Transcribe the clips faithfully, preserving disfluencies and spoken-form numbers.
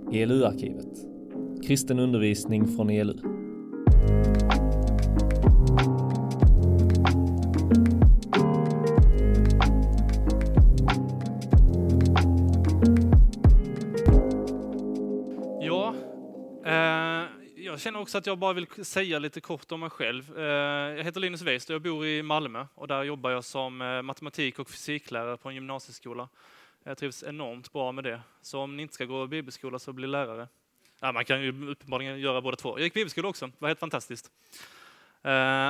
E L U-arkivet. Kristen undervisning från E L U. Ja, eh, jag känner också att jag bara vill säga lite kort om mig själv. Eh, jag heter Linus Weist och jag bor i Malmö och där jobbar jag som eh, matematik- och fysiklärare på en gymnasieskola. Jag trivs enormt bra med det. Så om ni inte ska gå bibelskola så bli lärare. Ja, man kan ju uppenbarligen göra båda två. Jag gick bibelskola också, det var helt fantastiskt. Eh,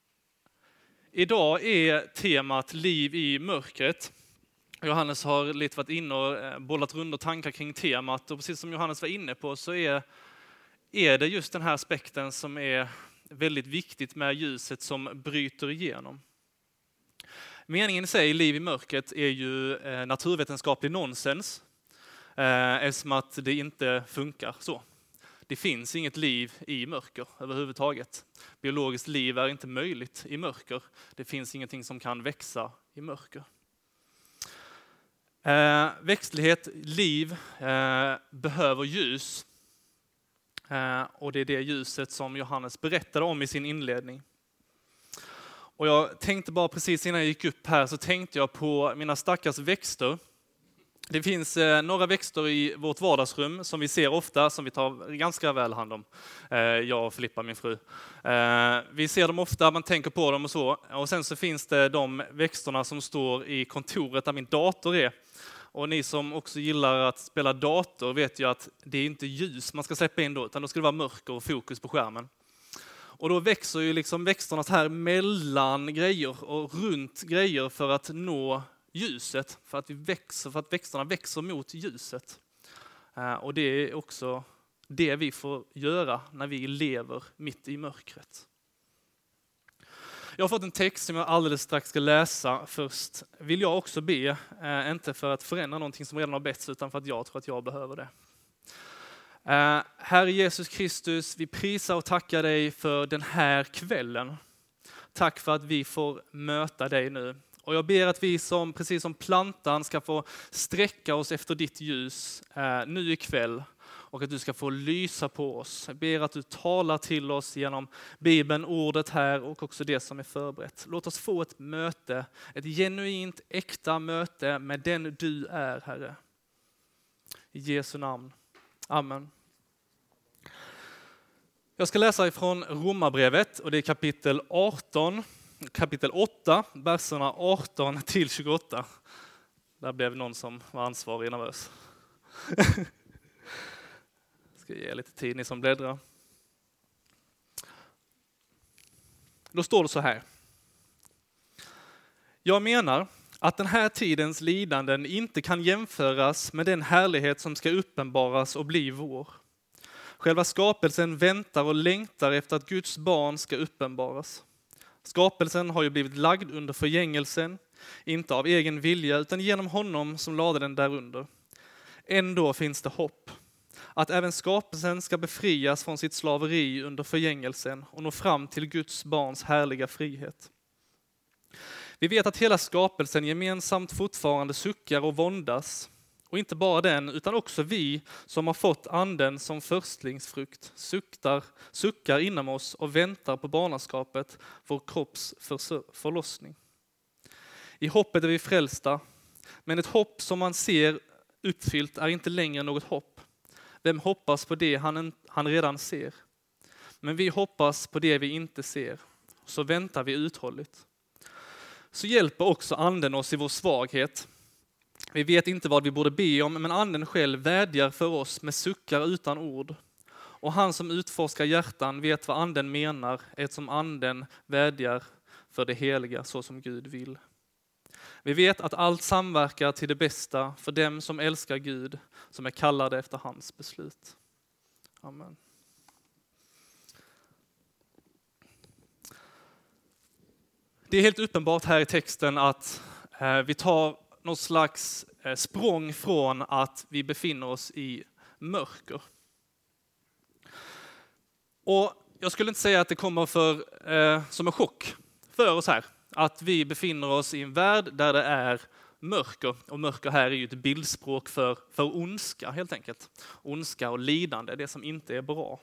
idag är temat liv i mörkret. Johannes har lite varit inne och bollat runt och tankar kring temat. Och precis som Johannes var inne på så är, är det just den här aspekten som är väldigt viktigt med ljuset som bryter igenom. Meningen i sig, liv i mörkret, är ju eh, naturvetenskaplig nonsens. Eh, eftersom att det inte funkar så. Det finns inget liv i mörker överhuvudtaget. Biologiskt liv är inte möjligt i mörker. Det finns ingenting som kan växa i mörker. Eh, växtlighet, liv, eh, behöver ljus. Eh, och det är det ljuset som Johannes berättade om i sin inledning. Och jag tänkte bara precis innan jag gick upp här så tänkte jag på mina stackars växter. Det finns eh, några växter i vårt vardagsrum som vi ser ofta, som vi tar ganska väl hand om. Eh, jag och Filippa, min fru. Eh, vi ser dem ofta, man tänker på dem och så. Och sen så finns det de växterna som står i kontoret där min dator är. Och ni som också gillar att spela dator vet ju att det är inte ljus man ska släppa in då, utan då ska det vara mörker och fokus på skärmen. Och då växer ju liksom växterna så här mellan grejer och runt grejer för att nå ljuset, för att vi växer, för att växterna växer mot ljuset. Och det är också det vi får göra när vi lever mitt i mörkret. Jag har fått en text som jag alldeles strax ska läsa. Först vill jag också be, eh, inte för att förändra någonting som redan har betts, utan för att jag tror att jag behöver det. Eh, Herre Jesus Kristus, vi prisar och tackar dig för den här kvällen. Tack för att vi får möta dig nu. Och jag ber att vi som, precis som plantan ska få sträcka oss efter ditt ljus eh, nu ikväll. Och att du ska få lysa på oss. Jag ber att du talar till oss genom Bibeln, ordet här och också det som är förberett. Låt oss få ett möte, ett genuint, äkta möte med den du är, Herre. I Jesu namn. Amen. Jag ska läsa ifrån Romarbrevet och det är kapitel arton, kapitel åtta, verserna arton till tjugoåtta. Där blev någon som var ansvarig nervös. Jag ska ge lite tid, ni som bläddrar. Då står det så här. Jag menar att den här tidens lidanden inte kan jämföras med den härlighet som ska uppenbaras och bli vår. Själva skapelsen väntar och längtar efter att Guds barn ska uppenbaras. Skapelsen har ju blivit lagd under förgängelsen, inte av egen vilja utan genom honom som lade den därunder. Ändå finns det hopp. Att även skapelsen ska befrias från sitt slaveri under förgängelsen och nå fram till Guds barns härliga frihet. Vi vet att hela skapelsen gemensamt fortfarande suckar och våndas. Och inte bara den, utan också vi som har fått anden som förstlingsfrukt suktar, suckar inom oss och väntar på barnaskapet, vår kropps förlossning. I hoppet är vi frälsta, men ett hopp som man ser uppfyllt är inte längre något hopp. Vem hoppas på det han, han redan ser? Men vi hoppas på det vi inte ser, så väntar vi uthålligt. Så hjälper också anden oss i vår svaghet. Vi vet inte vad vi borde be om, men anden själv vädjar för oss med suckar utan ord. Och han som utforskar hjärtan vet vad anden menar, eftersom anden vädjar för det heliga så som Gud vill. Vi vet att allt samverkar till det bästa för dem som älskar Gud, som är kallade efter hans beslut. Amen. Det är helt uppenbart här i texten att eh, vi tar något slags eh, språng från att vi befinner oss i mörker. Och jag skulle inte säga att det kommer för, eh, som en chock för oss här. Att vi befinner oss i en värld där det är mörker. Och mörker här är ju ett bildspråk för, för ondska helt enkelt. Ondska och lidande, det som inte är bra.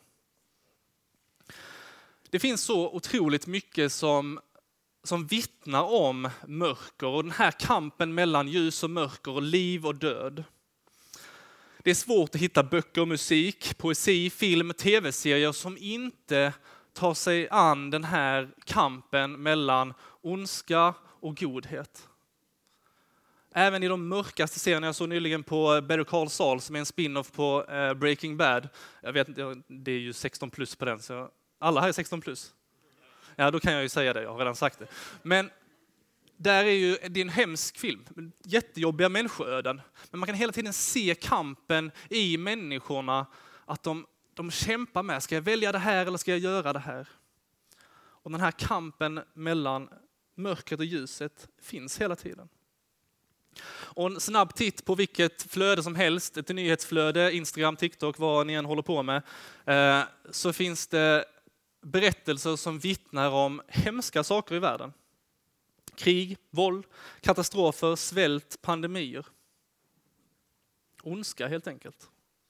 Det finns så otroligt mycket som, som vittnar om mörker och den här kampen mellan ljus och mörker och liv och död. Det är svårt att hitta böcker, musik, poesi, film, tv-serier som inte tar sig an den här kampen mellan ondska och godhet. Även i de mörkaste serierna, jag såg nyligen på Better Call Saul som är en spin-off på Breaking Bad. Jag vet inte, det är ju sexton plus på den, så alla här är sexton plus. Ja, då kan jag ju säga det, jag har redan sagt det. Men där är ju, det är en hemsk film, jättejobbiga människoöden. Men man kan hela tiden se kampen i människorna, att de, de kämpar med, ska jag välja det här eller ska jag göra det här? Och den här kampen mellan mörkret och ljuset finns hela tiden. Och en snabb titt på vilket flöde som helst, ett nyhetsflöde, Instagram, TikTok, vad ni än håller på med, eh, så finns det berättelser som vittnar om hemska saker i världen. Krig, våld, katastrofer, svält, pandemier. Ondska helt enkelt.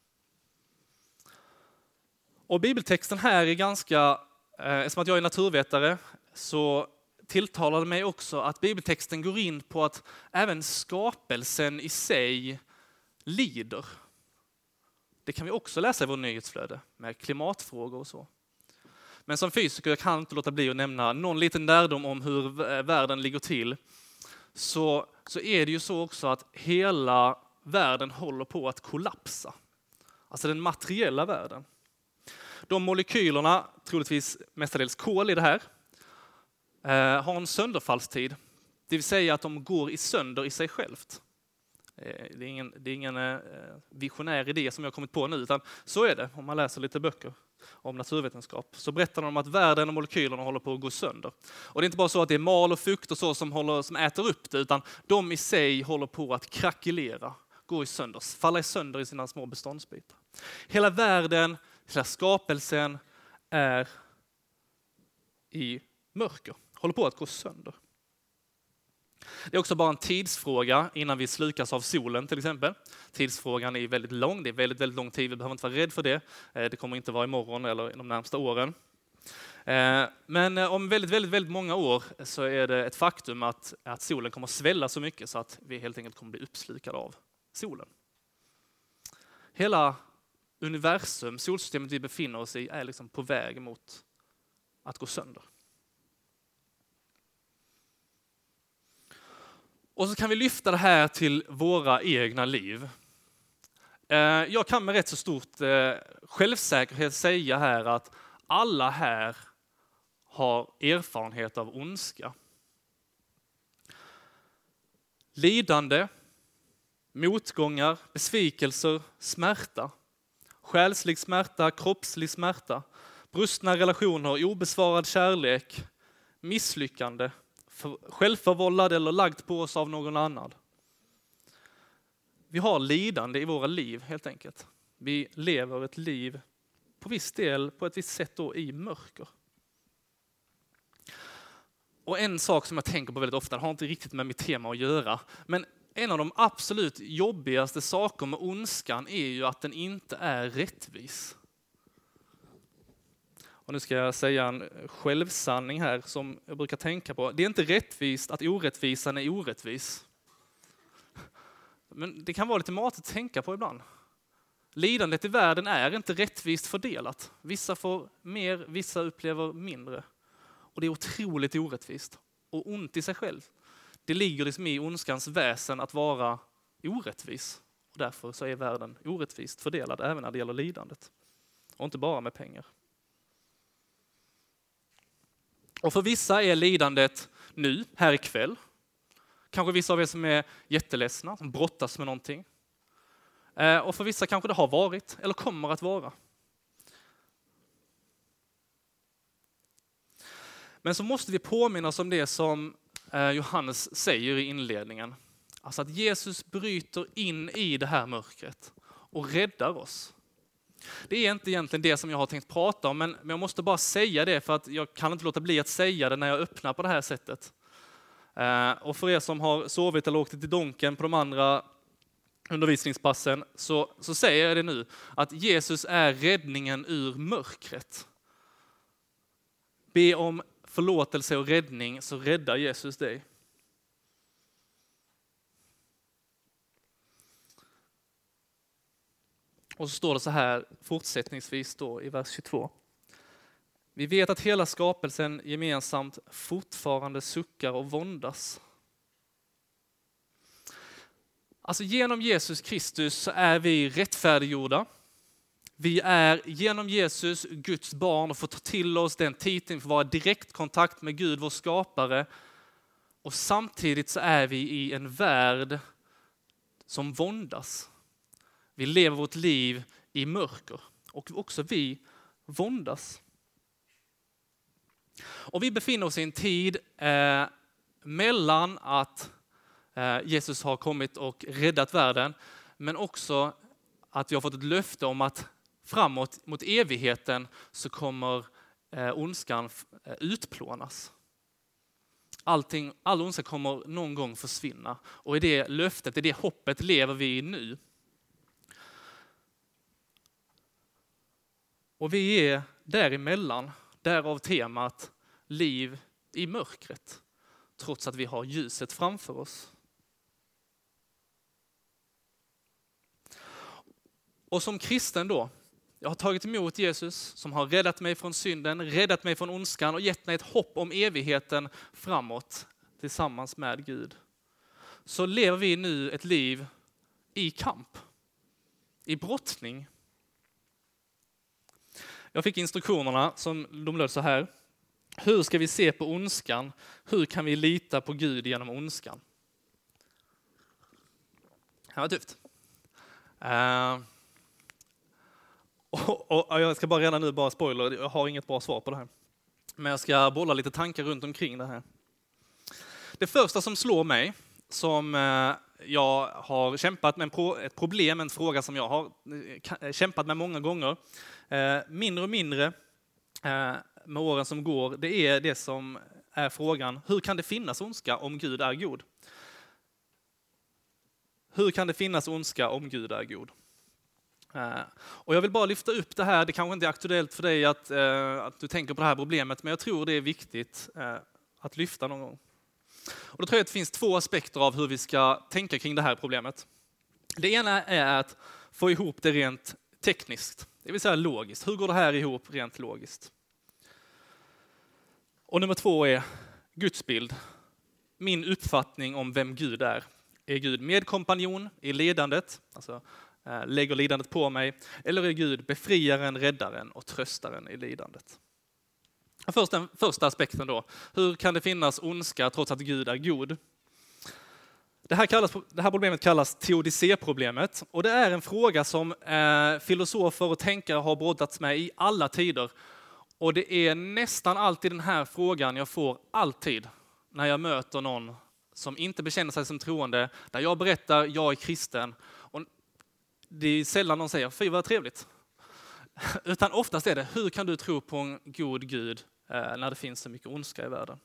Och bibeltexten här är ganska, eh, eftersom att jag är naturvetare, så tilltalar det mig också att bibeltexten går in på att även skapelsen i sig lider. Det kan vi också läsa i vår nyhetsflöde med klimatfrågor och så. Men som fysiker kan jag inte låta bli att nämna någon liten lärdom om hur världen ligger till. Så, så är det ju så också att hela världen håller på att kollapsa. Alltså den materiella världen. De molekylerna, troligtvis mestadels kol i det här, eh, har en sönderfallstid. Det vill säga att de går i sönder i sig självt. Eh, det är ingen, det är ingen eh, visionär idé som jag har kommit på nu, utan så är det om man läser lite böcker om naturvetenskap. Så berättar de om att världen och molekylerna håller på att gå sönder. Och det är inte bara så att det är mal och fukt och så som, håller, som äter upp det, utan de i sig håller på att krackelera, gå i sönder, falla i sönder i sina små beståndsbitar. Hela världen, hela skapelsen är i mörker, håller på att gå sönder. Det är också bara en tidsfråga innan vi slukas av solen till exempel. Tidsfrågan är väldigt lång, det är väldigt, väldigt lång tid, vi behöver inte vara rädda för det. Det kommer inte vara imorgon eller de närmsta åren. Men om väldigt, väldigt, väldigt många år så är det ett faktum att, att solen kommer att svälla så mycket så att vi helt enkelt kommer bli uppslukade av solen. Hela universum, solsystemet vi befinner oss i, är liksom på väg mot att gå sönder. Och så kan vi lyfta det här till våra egna liv. Jag kan med rätt så stort självsäkerhet säga här att alla här har erfarenhet av ondska. Lidande, motgångar, besvikelser, smärta. Själslig smärta, kroppslig smärta. Brustna relationer, obesvarad kärlek, misslyckande. Självförvållad eller lagt på oss av någon annan. Vi har lidande i våra liv helt enkelt. Vi lever ett liv på viss del, på ett visst sätt då i mörker. Och en sak som jag tänker på väldigt ofta, har inte riktigt med mitt tema att göra, men en av de absolut jobbigaste sakerna med ondskan är ju att den inte är rättvis. Och nu ska jag säga en självsanning här som jag brukar tänka på. Det är inte rättvist att orättvisan är orättvis. Men det kan vara lite mat att tänka på ibland. Lidandet i världen är inte rättvist fördelat. Vissa får mer, vissa upplever mindre. Och det är otroligt orättvist. Och ont i sig själv. Det ligger liksom i ondskans väsen att vara orättvis. Och därför så är världen orättvist fördelad även när det gäller lidandet. Och inte bara med pengar. Och för vissa är lidandet nu, här ikväll. Kanske vissa av er som är jätteledsna, som brottas med någonting. Och för vissa kanske det har varit eller kommer att vara. Men så måste vi påminna oss om det som Johannes säger i inledningen. Alltså att Jesus bryter in i det här mörkret och räddar oss. Det är inte egentligen det som jag har tänkt prata om, men jag måste bara säga det för att jag kan inte låta bli att säga det när jag öppnar på det här sättet. Och för er som har sovit eller åkt till Donken på de andra undervisningspassen så, så säger jag det nu, att Jesus är räddningen ur mörkret. Be om förlåtelse och räddning så räddar Jesus dig. Och så står det så här fortsättningsvis då i vers tjugotvå. Vi vet att hela skapelsen gemensamt fortfarande suckar och våndas. Alltså genom Jesus Kristus så är vi rättfärdiggjorda. Vi är genom Jesus Guds barn och får ta till oss den titeln för att vara i direkt kontakt med Gud, vår skapare. Och samtidigt så är vi i en värld som våndas. Vi lever vårt liv i mörker och också vi våndas. Och vi befinner oss i en tid eh, mellan att eh, Jesus har kommit och räddat världen, men också att vi har fått ett löfte om att framåt mot evigheten så kommer eh, ondskan eh, utplånas. Allting, all ondska kommer någon gång försvinna och i det löftet, i det hoppet lever vi i nu. Och vi är däremellan, därav temat liv i mörkret, trots att vi har ljuset framför oss. Och som kristen då, jag har tagit emot Jesus som har räddat mig från synden, räddat mig från ondskan och gett mig ett hopp om evigheten framåt tillsammans med Gud. Så lever vi nu ett liv i kamp, i brottning. Jag fick instruktionerna som de löd så här. Hur ska vi se på ondskan? Hur kan vi lita på Gud genom ondskan? Det var tufft. Uh, och, och, och jag ska bara redan nu bara spoiler, jag har inget bra svar på det här. Men jag ska bolla lite tankar runt omkring det här. Det första som slår mig, som uh, jag har kämpat med en pro, ett problem, en fråga som jag har uh, kämpat med många gånger, uh, mindre och mindre uh, med åren som går, det är det som är frågan, hur kan det finnas ondska om Gud är god? Hur kan det finnas ondska om Gud är god? Uh, och jag vill bara lyfta upp det här, det kanske inte är aktuellt för dig att, uh, att du tänker på det här problemet, men jag tror det är viktigt uh, att lyfta någon gång. Och då tror jag att det finns två aspekter av hur vi ska tänka kring det här problemet. Det ena är att få ihop det rent tekniskt, det vill säga logiskt. Hur går det här ihop rent logiskt? Och nummer två är Guds bild. Min uppfattning om vem Gud är. Är Gud medkompanjon i lidandet, alltså äh, lägger lidandet på mig, eller är Gud befriaren, räddaren och tröstaren i lidandet? Först den första aspekten då. Hur kan det finnas ondska trots att Gud är god? Det här, kallas, det här problemet kallas teodicéproblemet och det är en fråga som eh, filosofer och tänkare har brottats med i alla tider. Och det är nästan alltid den här frågan jag får alltid när jag möter någon som inte bekänner sig som troende, där jag berättar jag är kristen. Och det är sällan någon säger, fy vad trevligt. Utan oftast är det, hur kan du tro på en god Gud eh, när det finns så mycket ondska i världen?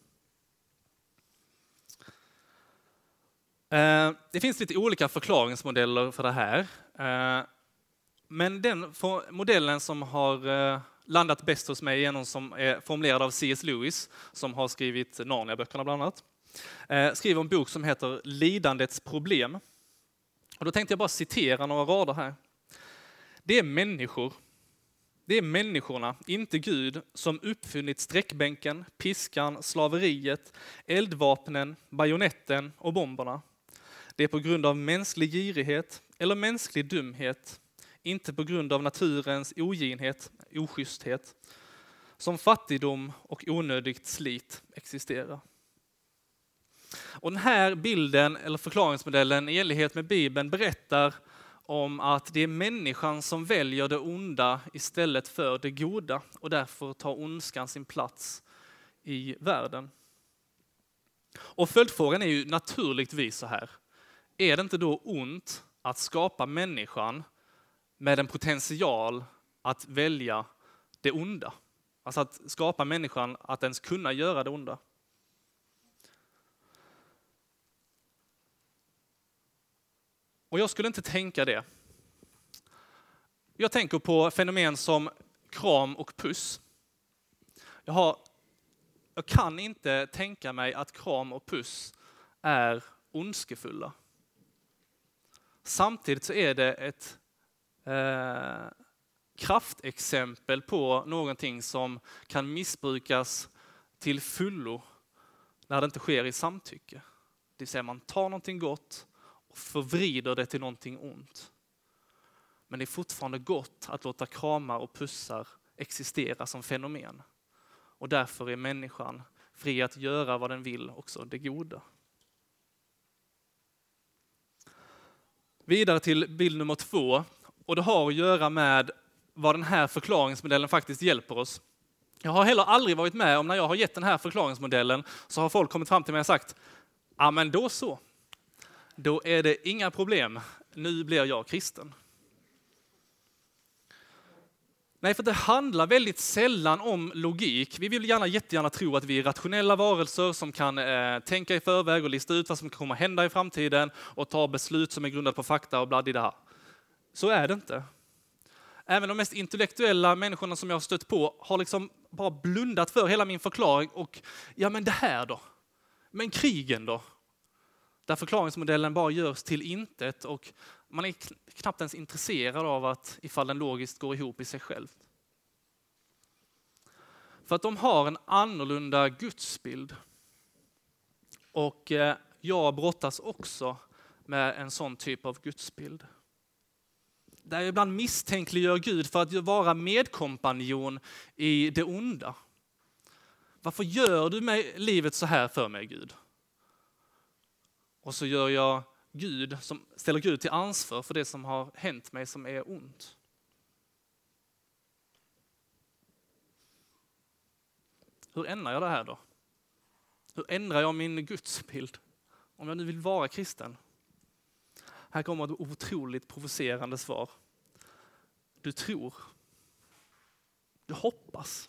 Eh, det finns lite olika förklaringsmodeller för det här. Eh, men den modellen som har eh, landat bäst hos mig är någon som är formulerad av C S Lewis, som har skrivit Narnia-böckerna bland annat. Eh, skriver en bok som heter Lidandets problem. Och då tänkte jag bara citera några rader här. Det är människor. Det är människorna, inte Gud, som uppfunnit sträckbänken, piskan, slaveriet, eldvapnen, bajonetten och bomberna. Det är på grund av mänsklig girighet eller mänsklig dumhet, inte på grund av naturens oginhet, oschysthet, som fattigdom och onödigt slit existerar. Och den här bilden eller förklaringsmodellen i enlighet med Bibeln berättar om att det är människan som väljer det onda istället för det goda och därför tar ondskan sin plats i världen. Och följdfrågan är ju naturligtvis så här. Är det inte då ont att skapa människan med en potential att välja det onda? Alltså att skapa människan att ens kunna göra det onda. Och jag skulle inte tänka det. Jag tänker på fenomen som kram och puss. Jag, har, jag kan inte tänka mig att kram och puss är ondskefulla. Samtidigt så är det ett eh, kraftexempel på någonting som kan missbrukas till fullo när det inte sker i samtycke. Det vill säga man tar någonting gott och förvrider det till någonting ont. Men det är fortfarande gott att låta kramar och pussar existera som fenomen. Och därför är människan fri att göra vad den vill, också det goda. Vidare till bild nummer två. Och det har att göra med vad den här förklaringsmodellen faktiskt hjälper oss. Jag har heller aldrig varit med om när jag har gett den här förklaringsmodellen så har folk kommit fram till mig och sagt, ja men då så. Då är det inga problem. Nu blir jag kristen. Nej, för det handlar väldigt sällan om logik. Vi vill gärna jättegärna tro att vi är rationella varelser som kan eh, tänka i förväg och lista ut vad som kommer hända i framtiden och ta beslut som är grundade på fakta och bla i det här. Så är det inte. Även de mest intellektuella människorna som jag har stött på har liksom bara blundat för hela min förklaring och ja men det här då? Men krigen då? Där förklaringsmodellen bara görs till intet och man är knappt ens intresserad av att ifall den logiskt går ihop i sig själv. För att de har en annorlunda gudsbild. Och jag brottas också med en sån typ av gudsbild. Där jag ibland misstänkliggör Gud för att vara medkompanjon i det onda. Varför gör du mig livet så här för mig, Gud? Och så gör jag Gud, som ställer Gud till ansvar för det som har hänt mig som är ont. Hur ändrar jag det här då? Hur ändrar jag min gudsbild? Om jag nu vill vara kristen. Här kommer ett otroligt provocerande svar. Du tror. Du hoppas.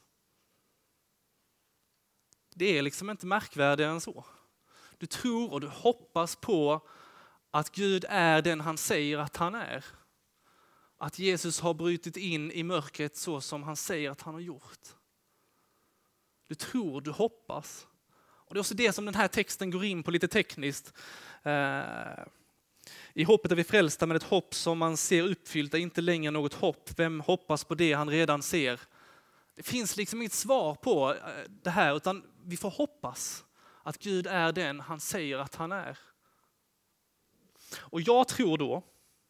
Det är liksom inte märkvärdigare än så. Du tror och du hoppas på att Gud är den han säger att han är. Att Jesus har brutit in i mörkret så som han säger att han har gjort. Du tror, du hoppas. Och det är också det som den här texten går in på lite tekniskt. Eh, I hoppet är vi frälsta, men ett hopp som man ser uppfyllt är inte längre något hopp. Vem hoppas på det han redan ser? Det finns liksom inget svar på det här, utan vi får hoppas att Gud är den han säger att han är. Och jag tror då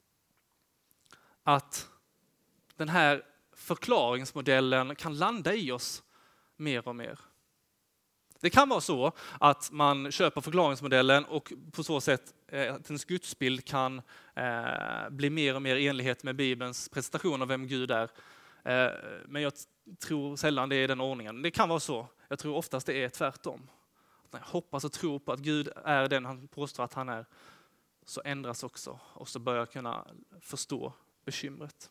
att den här förklaringsmodellen kan landa i oss mer och mer. Det kan vara så att man köper förklaringsmodellen och på så sätt eh, att ens gudsbild kan eh, bli mer och mer i enlighet med Bibelns presentation av vem Gud är. Eh, men jag tror sällan det är den ordningen. Det kan vara så. Jag tror oftast det är tvärtom. När jag hoppas och tror på att Gud är den han påstår att han är, så ändras också och så börjar jag kunna förstå bekymret.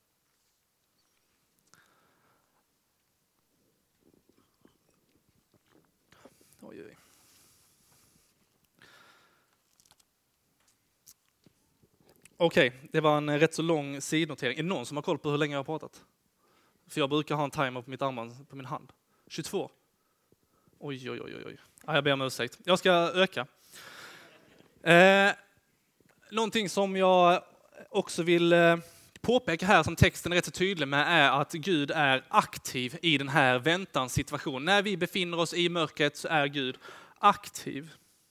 Oj, oj. Okej, okay, det var en rätt så lång sidnotering. Är det någon som har koll på hur länge jag har pratat? För jag brukar ha en timer på mitt armband, på min hand. tjugotvå. Oj, oj, oj, oj. Ja, jag ber om ursäkt. Jag ska öka. Eh, någonting som jag också vill eh, påpeka här, som texten är rätt så tydlig med, är att Gud är aktiv i den här väntanssituationen. När vi befinner oss i mörkret så är Gud aktiv.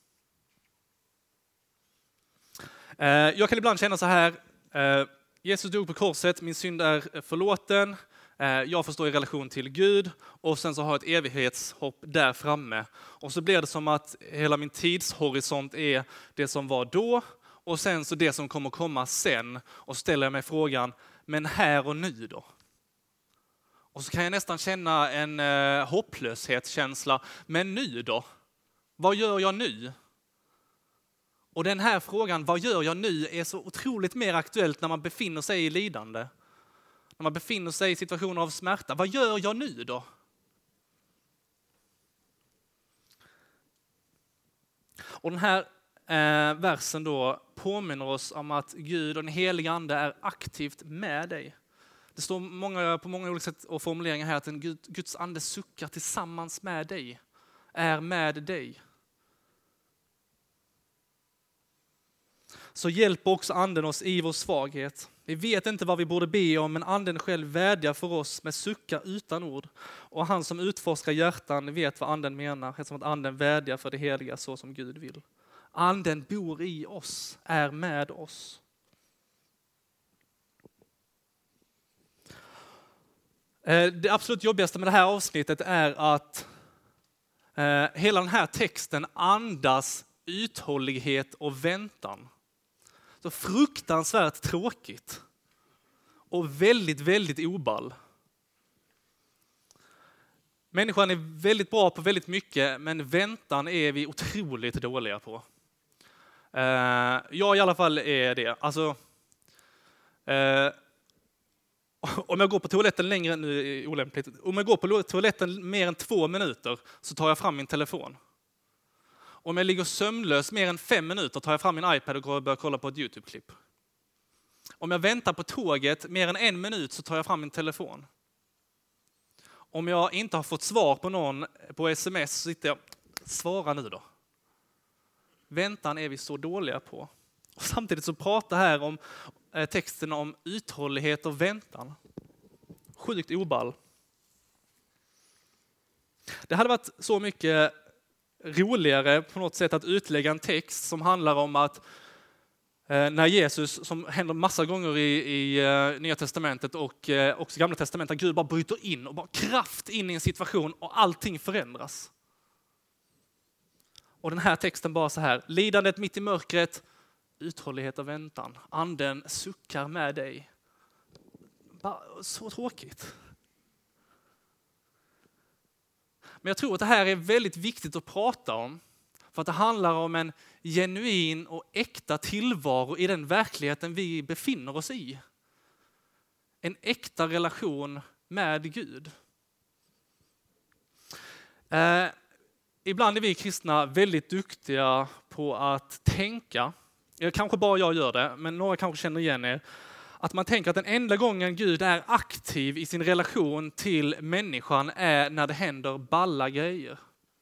Eh, jag kan ibland känna så här, eh, Jesus dog på korset, min synd är förlåten. Jag får stå i relation till Gud och sen så har jag ett evighetshopp där framme. Och så blir det som att hela min tidshorisont är det som var då och sen så det som kommer komma sen. Och så ställer jag mig frågan, men här och nu då? Och så kan jag nästan känna en eh, hopplöshetskänsla, men nu då? Vad gör jag nu? Och den här frågan, vad gör jag nu, är så otroligt mer aktuellt när man befinner sig i lidande. När man befinner sig i situationer av smärta. Vad gör jag nu då? Och den här eh, versen då påminner oss om att Gud och den heliga ande är aktivt med dig. Det står många, på många olika sätt och formuleringar här att en Gud, Guds ande suckar tillsammans med dig, är med dig. Så hjälper också anden oss i vår svaghet. Vi vet inte vad vi borde be om, men anden själv vädjar för oss med suckar utan ord. Och han som utforskar hjärtan vet vad anden menar, eftersom att anden vädjar för det heliga så som Gud vill. Anden bor i oss, är med oss. Det absolut jobbigaste med det här avsnittet är att eh, hela den här texten andas uthållighet och väntan. Så fruktansvärt tråkigt och väldigt, väldigt oball. Människan är väldigt bra på väldigt mycket, men väntan är vi otroligt dåliga på. Uh, jag i alla fall är det. Alltså, uh, om jag går på toaletten längre, nu är det olämpligt, om jag går på toaletten mer än två minuter så tar jag fram min telefon. Om jag ligger sömnlös mer än fem minuter tar jag fram min iPad och börjar kolla på ett YouTube-klipp. Om jag väntar på tåget mer än en minut så tar jag fram min telefon. Om jag inte har fått svar på någon på sms så sitter jag, svara nu då. Väntan är vi så dåliga på. Och samtidigt så pratar här om eh, texten om uthållighet och väntan. Sjukt oball. Det hade varit så mycket roligare på något sätt att utlägga en text som handlar om att eh, när Jesus, som händer massa gånger i, i eh, Nya Testamentet och eh, också Gamla Testamentet, Gud bara bryter in och bara kraft in i en situation och allting förändras. Och den här texten bara så här, lidandet mitt i mörkret, uthållighet och väntan. Anden suckar med dig. Bara, så tråkigt. Men jag tror att det här är väldigt viktigt att prata om. För att det handlar om en genuin och äkta tillvaro i den verkligheten vi befinner oss i. En äkta relation med Gud. Eh, ibland är vi kristna väldigt duktiga på att tänka. Kanske bara jag gör det, men några kanske känner igen er. Att man tänker att den enda gången Gud är aktiv i sin relation till människan är när det händer balla grejer.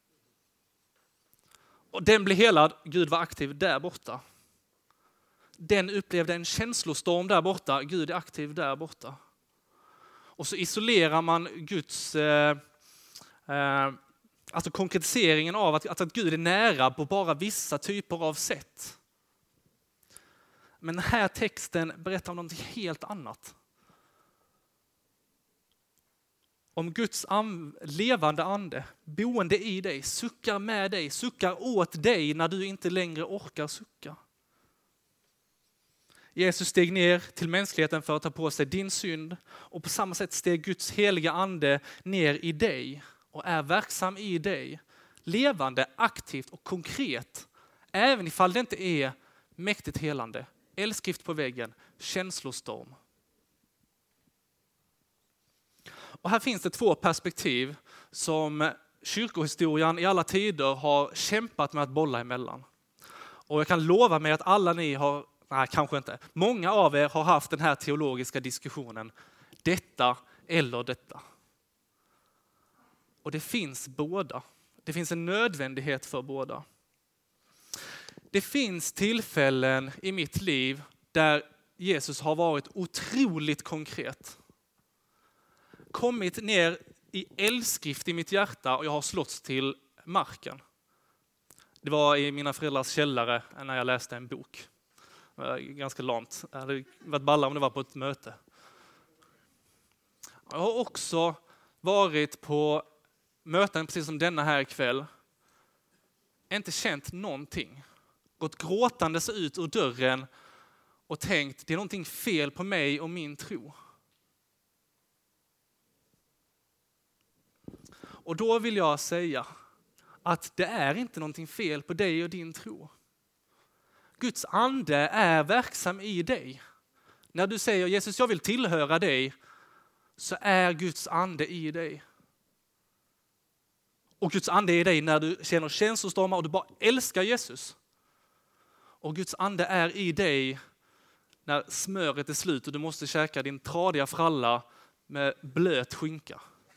Och den blir helad, Gud var aktiv där borta. Den upplevde en känslostorm där borta, Gud är aktiv där borta. Och så isolerar man Guds, eh, eh, alltså konkretiseringen av att, att Gud är nära på bara vissa typer av sätt. Men den här texten berättar om något helt annat. Om Guds am- levande ande, boende i dig, suckar med dig, suckar åt dig när du inte längre orkar sucka. Jesus steg ner till mänskligheten för att ta på sig din synd och på samma sätt steg Guds heliga ande ner i dig och är verksam i dig. Levande, aktivt och konkret, även ifall det inte är mäktigt helande. Eldskrift på väggen, känslostorm. Och här finns det två perspektiv som kyrkohistorien i alla tider har kämpat med att bolla emellan. Och jag kan lova mig att alla ni har, nej kanske inte, många av er har haft den här teologiska diskussionen. Detta eller detta. Och det finns båda. Det finns en nödvändighet för båda. Det finns tillfällen i mitt liv där Jesus har varit otroligt konkret. Kommit ner i eldskrift i mitt hjärta och jag har slåtts till marken. Det var i mina föräldrars källare när jag läste en bok. Det var ganska lamt. Det hade varit balla om det var på ett möte. Jag har också varit på möten precis som denna här ikväll. Inte känt någonting. Gått gråtandes ut ur dörren och tänkt det är någonting fel på mig och min tro. Och då vill jag säga att det är inte någonting fel på dig och din tro. Guds ande är verksam i dig. När du säger Jesus, jag vill tillhöra dig, så är Guds ande i dig. Och Guds ande är i dig när du känner känslostormar och du bara älskar Jesus. Och Guds ande är i dig när smöret är slut och du måste käka din tradiga fralla med blöt skinka.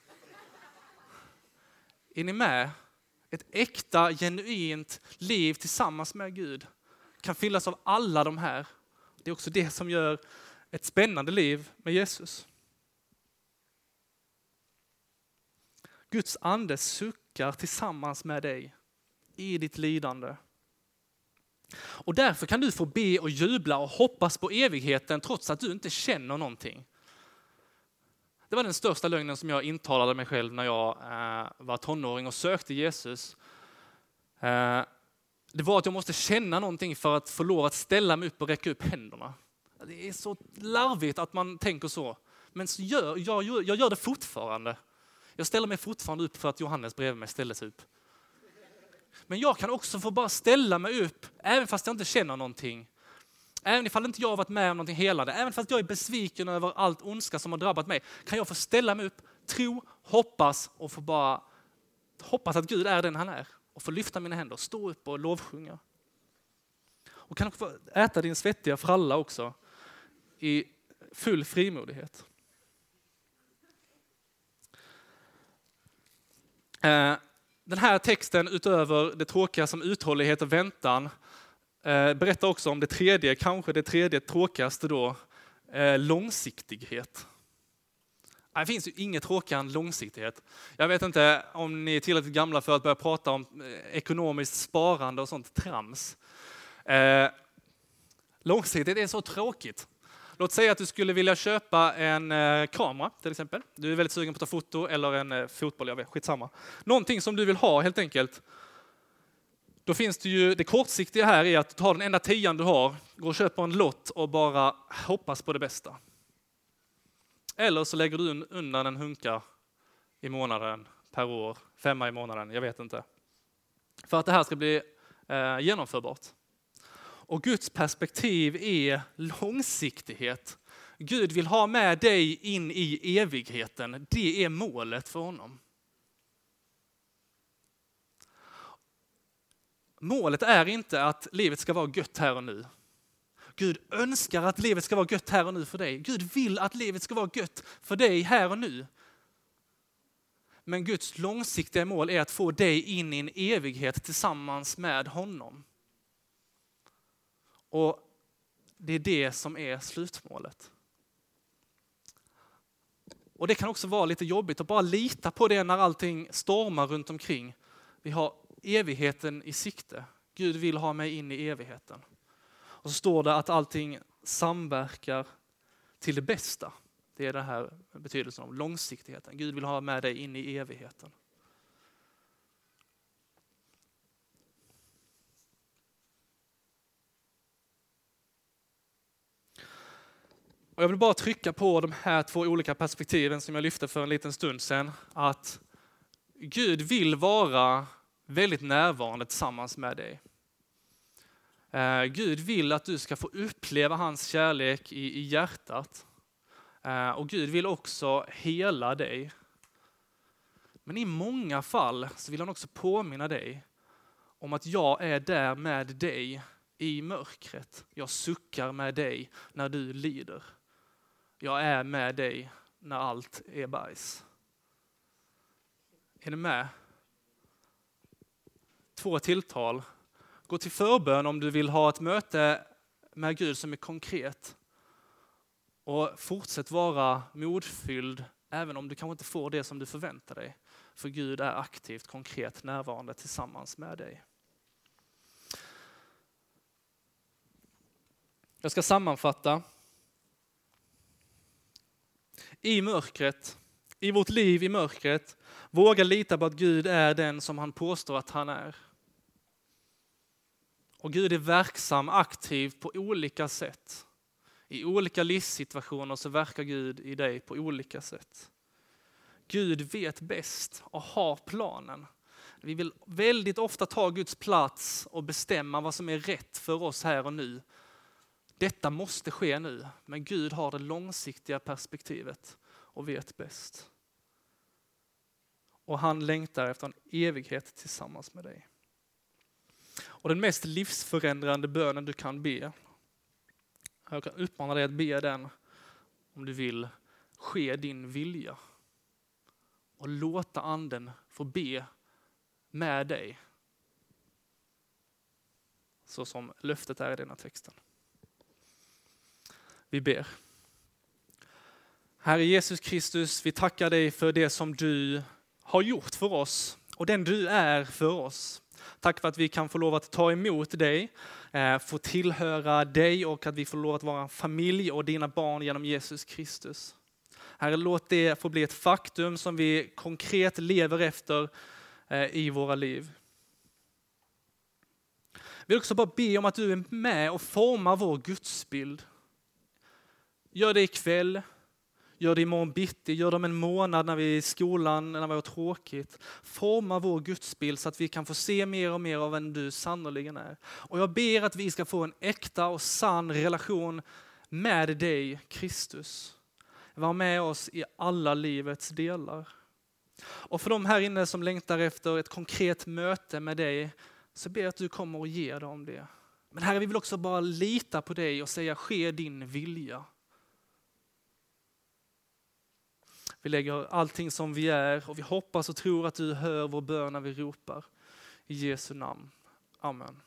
Är ni med? Ett äkta, genuint liv tillsammans med Gud kan fyllas av alla de här. Det är också det som gör ett spännande liv med Jesus. Guds ande suckar tillsammans med dig i ditt lidande. Och därför kan du få be och jubla och hoppas på evigheten trots att du inte känner någonting. Det var den största lögnen som jag intalade mig själv när jag eh, var tonåring och sökte Jesus. Eh, det var att jag måste känna någonting för att få lov att ställa mig upp och räcka upp händerna. Det är så larvigt att man tänker så. Men så gör, jag, jag gör det fortfarande. Jag ställer mig fortfarande upp för att Johannes bredvid mig ställer sig upp. Men jag kan också få bara ställa mig upp även fast jag inte känner någonting. Även ifall inte jag har varit med om någonting helande, även fast jag är besviken över allt ondska som har drabbat mig, kan jag få ställa mig upp, tro, hoppas och få bara hoppas att Gud är den han är. Och få lyfta mina händer, stå upp och lovsjunga. Och kan få äta din svettiga fralla också i full frimodighet. Den här texten utöver det tråkiga som uthållighet och väntan berättar också om det tredje, kanske det tredje tråkigaste då, långsiktighet. Det finns ju inget tråkigare än långsiktighet. Jag vet inte om ni är tillräckligt gamla för att börja prata om ekonomiskt sparande och sånt trams. Långsiktighet är så tråkigt. Låt säga att du skulle vilja köpa en eh, kamera till exempel. Du är väldigt sugen på att ta foto eller en eh, fotboll, jag vet, skitsamma. Någonting som du vill ha helt enkelt. Då finns det ju, det kortsiktiga här är att du tar den enda tian du har, går och köper en lott och bara hoppas på det bästa. Eller så lägger du undan en hunka i månaden, per år, femma i månaden, jag vet inte. För att det här ska bli eh, genomförbart. Och Guds perspektiv är långsiktighet. Gud vill ha med dig in i evigheten. Det är målet för honom. Målet är inte att livet ska vara gött här och nu. Gud önskar att livet ska vara gött här och nu för dig. Gud vill att livet ska vara gött för dig här och nu. Men Guds långsiktiga mål är att få dig in i en evighet tillsammans med honom. Och det är det som är slutmålet. Och det kan också vara lite jobbigt att bara lita på det när allting stormar runt omkring. Vi har evigheten i sikte. Gud vill ha mig in i evigheten. Och så står det att allting samverkar till det bästa. Det är den här betydelsen av långsiktigheten. Gud vill ha med dig in i evigheten. Och jag vill bara trycka på de här två olika perspektiven som jag lyfte för en liten stund sedan. Att Gud vill vara väldigt närvarande tillsammans med dig. Gud vill att du ska få uppleva hans kärlek i, i hjärtat. Och Gud vill också hela dig. Men i många fall så vill han också påminna dig om att jag är där med dig i mörkret. Jag suckar med dig när du lider. Jag är med dig när allt är bajs. Är ni med? Två tilltal. Gå till förbön om du vill ha ett möte med Gud som är konkret. Och fortsätt vara modfylld även om du kanske inte får det som du förväntar dig. För Gud är aktivt, konkret närvarande tillsammans med dig. Jag ska sammanfatta. I mörkret, i vårt liv i mörkret, våga lita på att Gud är den som han påstår att han är. Och Gud är verksam, aktiv på olika sätt. I olika livssituationer så verkar Gud i dig på olika sätt. Gud vet bäst och har planen. Vi vill väldigt ofta ta Guds plats och bestämma vad som är rätt för oss här och nu. Detta måste ske nu, men Gud har det långsiktiga perspektivet och vet bäst. Och han längtar efter en evighet tillsammans med dig. Och den mest livsförändrande bönen du kan be. Jag kan uppmana dig att be den om du vill. Ske din vilja. Och låta anden få be med dig. Så som löftet är i denna texten. Vi ber. Herre Jesus Kristus, vi tackar dig för det som du har gjort för oss och den du är för oss. Tack för att vi kan få lov att ta emot dig, få tillhöra dig och att vi får lov att vara en familj och dina barn genom Jesus Kristus. Herre, låt det få bli ett faktum som vi konkret lever efter i våra liv. Vi vill också bara be om att du är med och formar vår gudsbild. Gör det ikväll, gör det imorgon bitti, gör det om en månad när vi är i skolan, när vi har tråkigt. Forma vår gudsbild så att vi kan få se mer och mer av vem du sannoliken är. Och jag ber att vi ska få en äkta och sann relation med dig, Kristus. Var med oss i alla livets delar. Och för de här inne som längtar efter ett konkret möte med dig, så ber jag att du kommer och ger dem det. Men Herre, vi vill också bara lita på dig och säga, ske din vilja. Vi lägger allting som vi är och vi hoppas och tror att du hör vår bön när vi ropar. I Jesu namn. Amen.